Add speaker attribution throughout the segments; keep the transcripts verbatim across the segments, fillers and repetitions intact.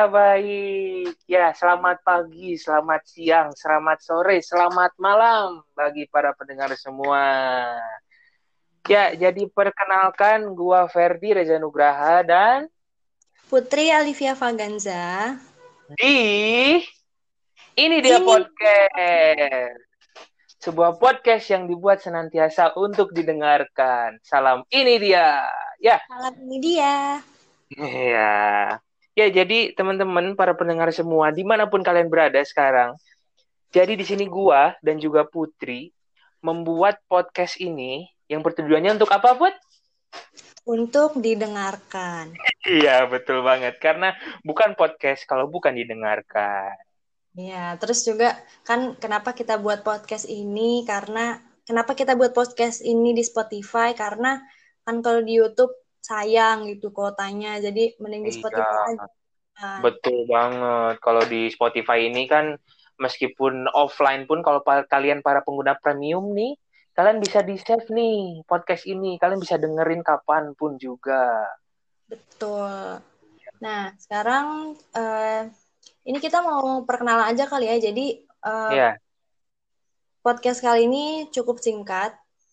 Speaker 1: baik. Ya, selamat pagi, selamat siang, selamat sore, selamat malam bagi para pendengar semua. Ya, jadi perkenalkan gua Ferdi Reza Nugraha dan
Speaker 2: Putri Alivia Faganza.
Speaker 1: di ini dia
Speaker 2: Ini
Speaker 1: podcast. Sebuah podcast yang dibuat senantiasa untuk didengarkan. Salam ini dia. Ya,
Speaker 2: malam ini dia.
Speaker 1: ya. Ya, jadi teman-teman, para pendengar semua, dimanapun kalian berada sekarang, jadi di sini gua dan juga Putri membuat podcast ini yang bertujuannya untuk apa, Put?
Speaker 2: Untuk didengarkan.
Speaker 1: Iya, betul banget. Karena bukan podcast kalau bukan didengarkan.
Speaker 2: Ya, terus juga kan kenapa kita buat podcast ini karena kenapa kita buat podcast ini di Spotify karena kan kalau di YouTube sayang gitu kuotanya. Jadi mending di
Speaker 1: Iya,
Speaker 2: Spotify aja kan.
Speaker 1: betul banget. Kalau di Spotify ini kan meskipun offline pun kalau pa- kalian para pengguna premium nih, kalian bisa di-save nih podcast ini. Kalian bisa dengerin kapanpun juga.
Speaker 2: Betul. Nah, sekarang eh, ini kita mau perkenalan aja kali ya. Jadi eh,
Speaker 1: Ya,
Speaker 2: podcast kali ini cukup singkat.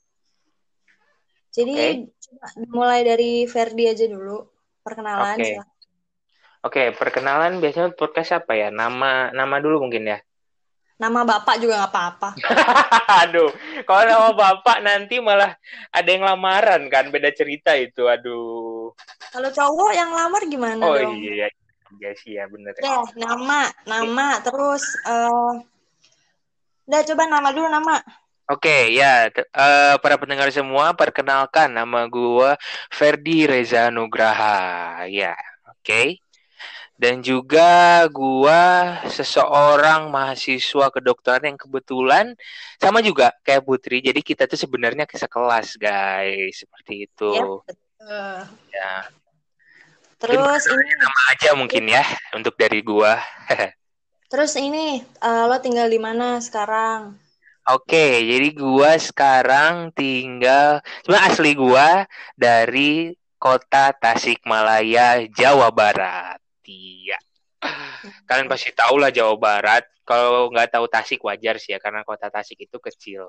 Speaker 2: Jadi
Speaker 1: oke.
Speaker 2: coba mulai dari Ferdi aja dulu perkenalan.
Speaker 1: Oke.
Speaker 2: Silahkan.
Speaker 1: Oke, perkenalan biasanya podcast apa ya? Nama nama dulu mungkin ya.
Speaker 2: Nama bapak juga nggak apa-apa.
Speaker 1: Aduh, kalau nama bapak nanti malah ada yang lamaran kan, beda cerita itu. Aduh.
Speaker 2: Kalau cowok yang lamar gimana
Speaker 1: Oh
Speaker 2: dong?
Speaker 1: iya, iya sih ya bener ya.
Speaker 2: Deh, nama, nama, terus, eh udah coba nama dulu nama.
Speaker 1: Oke, ya, t- eh, para pendengar semua, perkenalkan nama gua Ferdi Reza Nugraha. Ya, oke. Dan juga gua seseorang mahasiswa kedokteran yang kebetulan sama juga kayak Putri. Jadi kita tuh sebenarnya sekelas, guys. Seperti
Speaker 2: Ya,
Speaker 1: itu.
Speaker 2: betul.
Speaker 1: Ya, mungkin
Speaker 2: Terus ini,
Speaker 1: nama aja mungkin ya untuk dari gua.
Speaker 2: terus ini, eh, lo tinggal di mana sekarang?
Speaker 1: Oke, jadi gua sekarang tinggal, sebenarnya asli gua dari kota Tasikmalaya, Jawa Barat. Iya. Kalian pasti tahu lah Jawa Barat. Kalau nggak tahu Tasik wajar sih ya, karena kota Tasik itu kecil.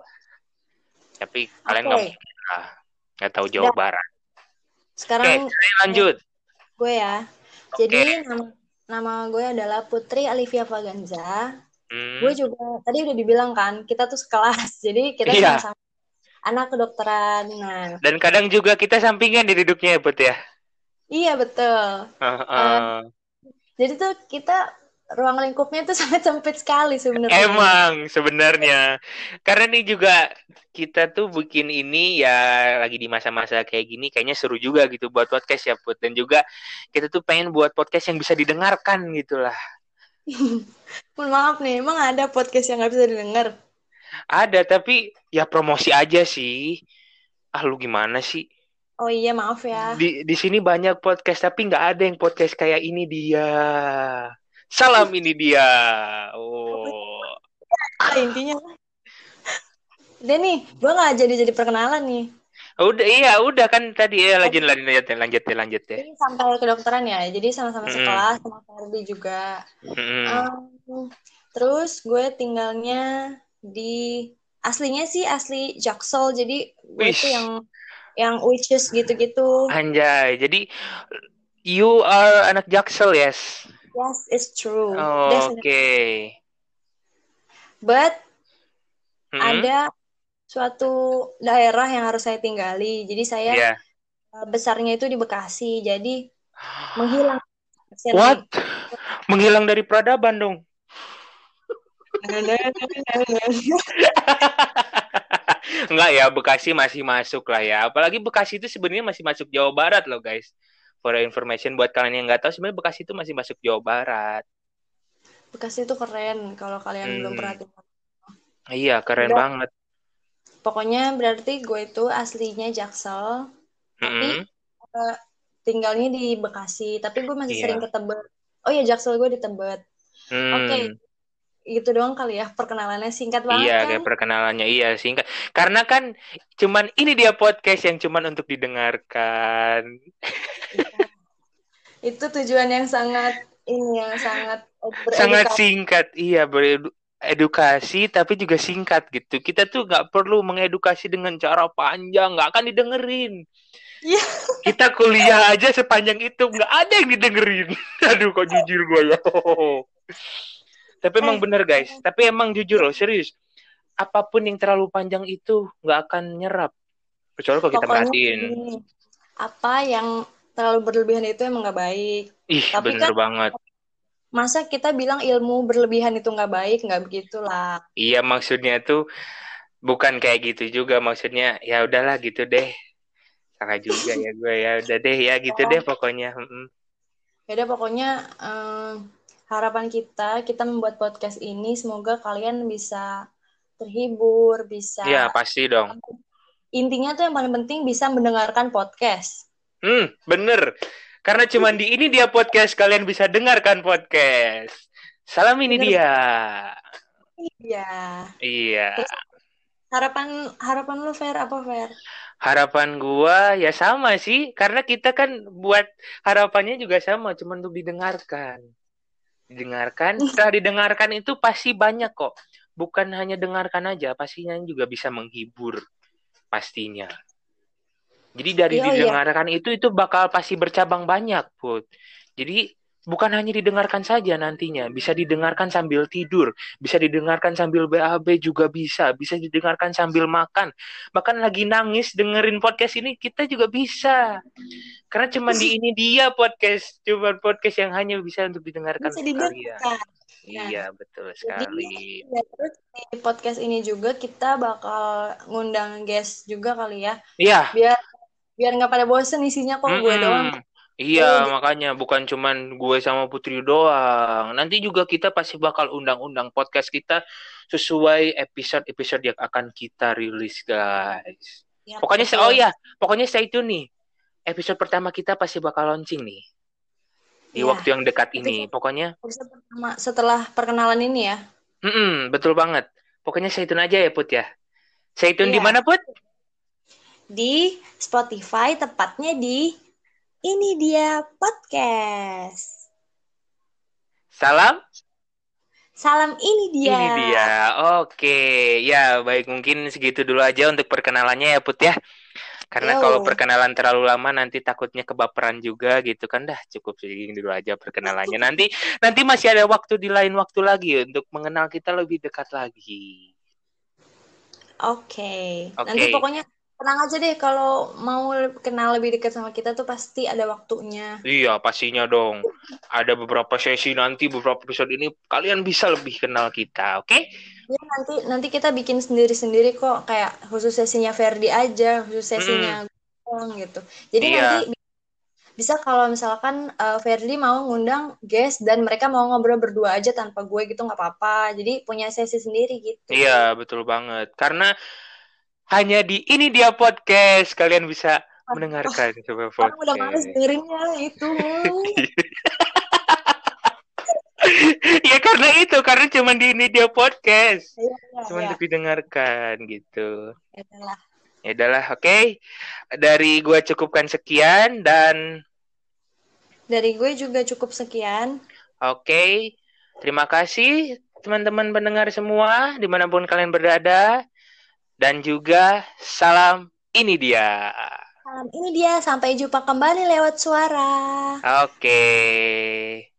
Speaker 1: Tapi kalian nggak
Speaker 2: Oke,
Speaker 1: mungkin lah nggak tahu Jawa
Speaker 2: udah.
Speaker 1: Barat. Oke,
Speaker 2: Sekarang
Speaker 1: saya
Speaker 2: eh,
Speaker 1: lanjut.
Speaker 2: gue ya. Jadi
Speaker 1: Oke.
Speaker 2: nama nama gue adalah Putri Alivia Faganza. Gue
Speaker 1: Hmm.
Speaker 2: juga tadi udah dibilang kan, kita tuh sekelas. Jadi kita
Speaker 1: Iya.
Speaker 2: sama-sama anak kedokteran. Nah,
Speaker 1: Dan kadang juga kita sampingan di duduknya ya, Put ya.
Speaker 2: iya betul. Eh,
Speaker 1: Heeh.
Speaker 2: jadi tuh kita ruang lingkupnya tuh sangat sempit sekali sebenarnya.
Speaker 1: Emang sebenarnya karena nih juga kita tuh bikin ini ya lagi di masa-masa kayak gini kayaknya seru juga gitu buat podcast ya Put dan juga kita tuh pengen buat podcast yang bisa didengarkan gitu lah.
Speaker 2: Mohon maaf nih, emang ada podcast yang nggak bisa didengar?
Speaker 1: Ada tapi ya promosi aja sih. Ah lu gimana sih?
Speaker 2: Oh iya maaf ya.
Speaker 1: Di di sini banyak podcast tapi nggak ada yang podcast kayak ini dia. Salam ini dia. Oh.
Speaker 2: Ah, intinya, deh nih, gue nggak jadi jadi perkenalan nih.
Speaker 1: Udah iya udah kan tadi ya
Speaker 2: Oh,
Speaker 1: lanjut lanjut lanjut lanjut ya lanjut ya.
Speaker 2: ini sampai kedokteran ya, jadi sama-sama
Speaker 1: Mm-mm.
Speaker 2: sekelas sama Ferdi juga.
Speaker 1: Mm-mm.
Speaker 2: Um, terus gue tinggalnya di aslinya sih asli Jaksel, jadi gue
Speaker 1: Wih,
Speaker 2: tuh yang yang wishes gitu-gitu.
Speaker 1: anjay. Jadi you are anak Jaksel, yes.
Speaker 2: Yes, it's true.
Speaker 1: Oke.
Speaker 2: Definitely.
Speaker 1: Okay.
Speaker 2: But
Speaker 1: Hmm.
Speaker 2: ada suatu daerah yang harus saya tinggali. Jadi saya
Speaker 1: Ya.
Speaker 2: uh, besarnya itu di Bekasi. Jadi menghilang aksen nih.
Speaker 1: What? Menghilang dari peradaban dong. Enggak ya, Bekasi masih masuk lah ya. Apalagi Bekasi itu sebenarnya masih masuk Jawa Barat loh, guys. For information buat kalian yang nggak tahu, sebenarnya Bekasi itu masih masuk Jawa Barat.
Speaker 2: Bekasi itu keren kalau kalian belum pernah
Speaker 1: Hmm.
Speaker 2: tinggal.
Speaker 1: Iya, keren
Speaker 2: Udah,
Speaker 1: banget.
Speaker 2: pokoknya berarti gue itu aslinya Jaksel, tapi
Speaker 1: Hmm.
Speaker 2: uh, tinggalnya di Bekasi. Tapi gue masih sering
Speaker 1: Iya.
Speaker 2: ke Tebet. Oh ya, Jaksel gue di Tebet. Oke,
Speaker 1: Hmm.
Speaker 2: gitu doang kali ya perkenalannya. Singkat
Speaker 1: Iya,
Speaker 2: banget kan?
Speaker 1: kayak perkenalannya iya singkat. Karena kan cuman ini dia podcast yang cuman untuk didengarkan.
Speaker 2: Itu tujuan yang sangat ini yang sangat
Speaker 1: Sangat
Speaker 2: beredukasi.
Speaker 1: singkat, iya, beredukasi tapi juga singkat gitu. Kita tuh nggak perlu mengedukasi dengan cara panjang, nggak akan didengerin.
Speaker 2: Iya.
Speaker 1: Kita kuliah aja sepanjang itu nggak ada yang didengerin. Aduh, kok jujur gue ya. Tapi emang
Speaker 2: Eh,
Speaker 1: bener guys. Tapi emang jujur loh, serius. Apapun yang terlalu panjang itu nggak akan nyerap. Kecuali kalau kita
Speaker 2: pokoknya
Speaker 1: merhatiin.
Speaker 2: ini apa yang terlalu berlebihan itu emang nggak baik.
Speaker 1: Ih,
Speaker 2: Tapi
Speaker 1: bener
Speaker 2: kan
Speaker 1: banget.
Speaker 2: masa kita bilang ilmu berlebihan itu nggak baik, nggak begitulah.
Speaker 1: Iya, maksudnya tuh bukan kayak gitu juga. Maksudnya ya udahlah gitu deh. Salah juga ya gue ya. Udah deh ya gitu deh
Speaker 2: Oh,
Speaker 1: pokoknya. Mm-mm.
Speaker 2: ya pokoknya eh, harapan kita kita membuat podcast ini semoga kalian bisa terhibur,
Speaker 1: Iya,
Speaker 2: bisa
Speaker 1: pasti dong.
Speaker 2: intinya tuh yang paling penting bisa mendengarkan podcast.
Speaker 1: Hmm, bener. Karena cuma di ini dia podcast, kalian bisa dengarkan podcast. Salam ini
Speaker 2: Bener
Speaker 1: dia.
Speaker 2: ya.
Speaker 1: Iya.
Speaker 2: Terus harapan harapan lu Fer apa Fer?
Speaker 1: Harapan gua ya sama sih, karena kita kan buat harapannya juga sama, cuma untuk didengarkan. Didengarkan, setelah didengarkan itu pasti banyak kok. Bukan hanya dengarkan aja, pastinya juga bisa menghibur pastinya. Jadi dari
Speaker 2: Iya, oh iya.
Speaker 1: didengarkan itu itu bakal pasti bercabang banyak, Put. Jadi bukan hanya didengarkan saja nantinya, bisa didengarkan sambil tidur, bisa didengarkan sambil B A B juga bisa, bisa didengarkan sambil makan. Bahkan lagi nangis dengerin podcast ini kita juga bisa. Karena cuman di ini dia podcast, cuman podcast yang hanya bisa untuk didengarkan
Speaker 2: Bisa
Speaker 1: kalian.
Speaker 2: didengarkan. Nah,
Speaker 1: Iya, betul
Speaker 2: jadi
Speaker 1: sekali.
Speaker 2: ya, terus di podcast ini juga kita bakal ngundang guest juga kali ya.
Speaker 1: Iya,
Speaker 2: Biar biar nggak pada bosen isinya kok gue doang.
Speaker 1: mm-mm. Iya,
Speaker 2: Oh, gitu.
Speaker 1: makanya bukan cuman gue sama Putri doang. Nanti juga kita pasti bakal undang-undang podcast kita sesuai episode-episode yang akan kita rilis, guys.
Speaker 2: Ya,
Speaker 1: Pokoknya, oh
Speaker 2: betul.
Speaker 1: ya, pokoknya stay tune nih. Episode pertama kita pasti bakal launching nih. Di
Speaker 2: Iya.
Speaker 1: waktu yang dekat ini.
Speaker 2: Episode,
Speaker 1: Pokoknya,
Speaker 2: episode pertama setelah perkenalan ini ya.
Speaker 1: mm betul banget. Pokoknya stay tune aja ya, Put ya. Stay tune di
Speaker 2: Iya.
Speaker 1: mana, Put?
Speaker 2: Di Spotify, tepatnya di Ini Dia Podcast.
Speaker 1: Salam.
Speaker 2: Salam Ini Dia.
Speaker 1: Ini dia. Oke. Ya, baik. Mungkin segitu dulu aja untuk perkenalannya ya, Put ya. Karena kalau
Speaker 2: Yo.
Speaker 1: perkenalan terlalu lama nanti takutnya kebaperan juga gitu kan, dah cukup segini dulu aja perkenalannya. Nanti nanti masih ada waktu di lain waktu lagi untuk mengenal kita lebih dekat lagi.
Speaker 2: Oke.
Speaker 1: Oke.
Speaker 2: Nanti pokoknya tenang aja deh kalau mau kenal lebih dekat sama kita tuh pasti ada waktunya.
Speaker 1: Iya, pastinya dong. Ada beberapa sesi nanti, beberapa episode ini kalian bisa lebih kenal kita, oke?
Speaker 2: Ya, nanti nanti kita bikin sendiri-sendiri kok kayak khusus sesinya Ferdi aja, khusus
Speaker 1: Mm-mm.
Speaker 2: sesinya gue gitu. Jadi nanti
Speaker 1: Iya,
Speaker 2: bisa kalau misalkan uh, Ferdi mau ngundang guest dan mereka mau ngobrol berdua aja tanpa gue gitu nggak apa-apa. Jadi punya sesi sendiri
Speaker 1: iya
Speaker 2: gitu.
Speaker 1: betul banget. Karena hanya di ini dia podcast kalian bisa
Speaker 2: Oh,
Speaker 1: mendengarkan sebuah
Speaker 2: orang udah males
Speaker 1: podcast.
Speaker 2: dengerinnya itu.
Speaker 1: Ya karena itu, karena cuma di ini dia podcast.
Speaker 2: Iya, iya,
Speaker 1: Cuma
Speaker 2: iya.
Speaker 1: untuk didengarkan gitu.
Speaker 2: Ya udahlah.
Speaker 1: Ya udahlah, oke. Okay. Dari gua cukupkan sekian dan
Speaker 2: Dari gue juga cukup sekian.
Speaker 1: oke. Okay. Terima kasih teman-teman pendengar semua dimanapun kalian berada dan juga salam ini dia.
Speaker 2: Salam ini dia, sampai jumpa kembali lewat suara.
Speaker 1: Oke. Okay.